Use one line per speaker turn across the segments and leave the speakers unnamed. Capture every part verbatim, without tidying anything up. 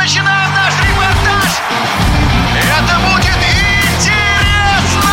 начинаем наш репортаж. Это будет интересно!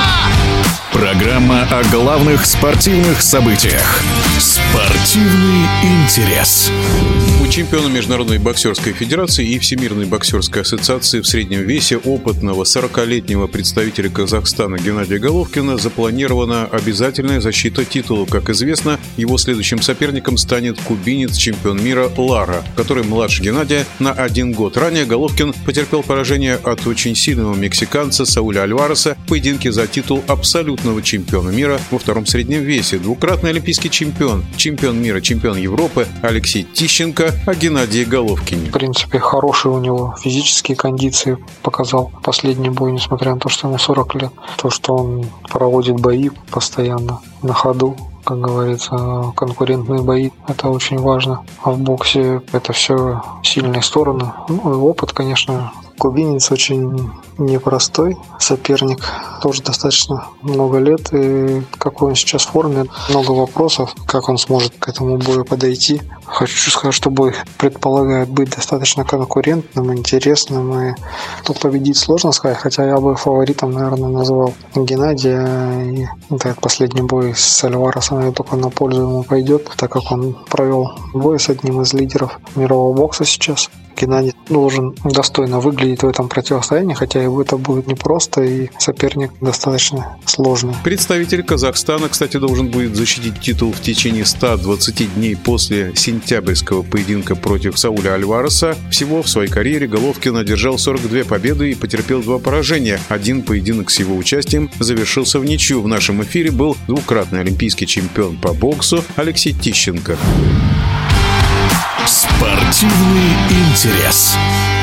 Программа о главных спортивных событиях. Спортивный интерес.
У чемпиона Международной боксерской федерации и Всемирной боксерской ассоциации в среднем весе опытного сорокалетнего представителя Казахстана Геннадия Головкина запланирована обязательная защита титула. Как известно, его следующим соперником станет кубинец, чемпион мира Лара, который младше Геннадия на один год. Ранее Головкин потерпел поражение от очень сильного мексиканца Сауля Альвареса в поединке за титул абсолютного чемпиона мира во втором среднем весе. Двукратный олимпийский чемпион, чемпион мира, чемпион Европы Алексей Тищенко о Геннадии Головкине.
В принципе, хорошие у него физические кондиции показал последний бой, несмотря на то, что ему сорок лет. То, что он проводит бои постоянно на ходу, как говорится, конкурентные бои, это очень важно. А в боксе это все сильные стороны. Ну и опыт, конечно. Кубинец очень непростой соперник, тоже достаточно много лет, и какой он сейчас в форме, много вопросов, как он сможет к этому бою подойти. Хочу сказать, что бой предполагает быть достаточно конкурентным, интересным, и тут победить сложно сказать, хотя я бы фаворитом, наверное, назвал Геннадия, и этот последний бой с Альваресом только на пользу ему пойдет, так как он провел бой с одним из лидеров мирового бокса сейчас. Геннадий должен достойно выглядеть в этом противостоянии, хотя и это будет непросто, и соперник достаточно сложный.
Представитель Казахстана, кстати, должен будет защитить титул в течение ста двадцати дней после сентябрьского поединка против Сауля Альвареса. Всего в своей карьере Головкин одержал сорок две победы и потерпел два поражения. Один поединок с его участием завершился в ничью. В нашем эфире был двукратный олимпийский чемпион по боксу Алексей Тищенко.
Спортивный интерес.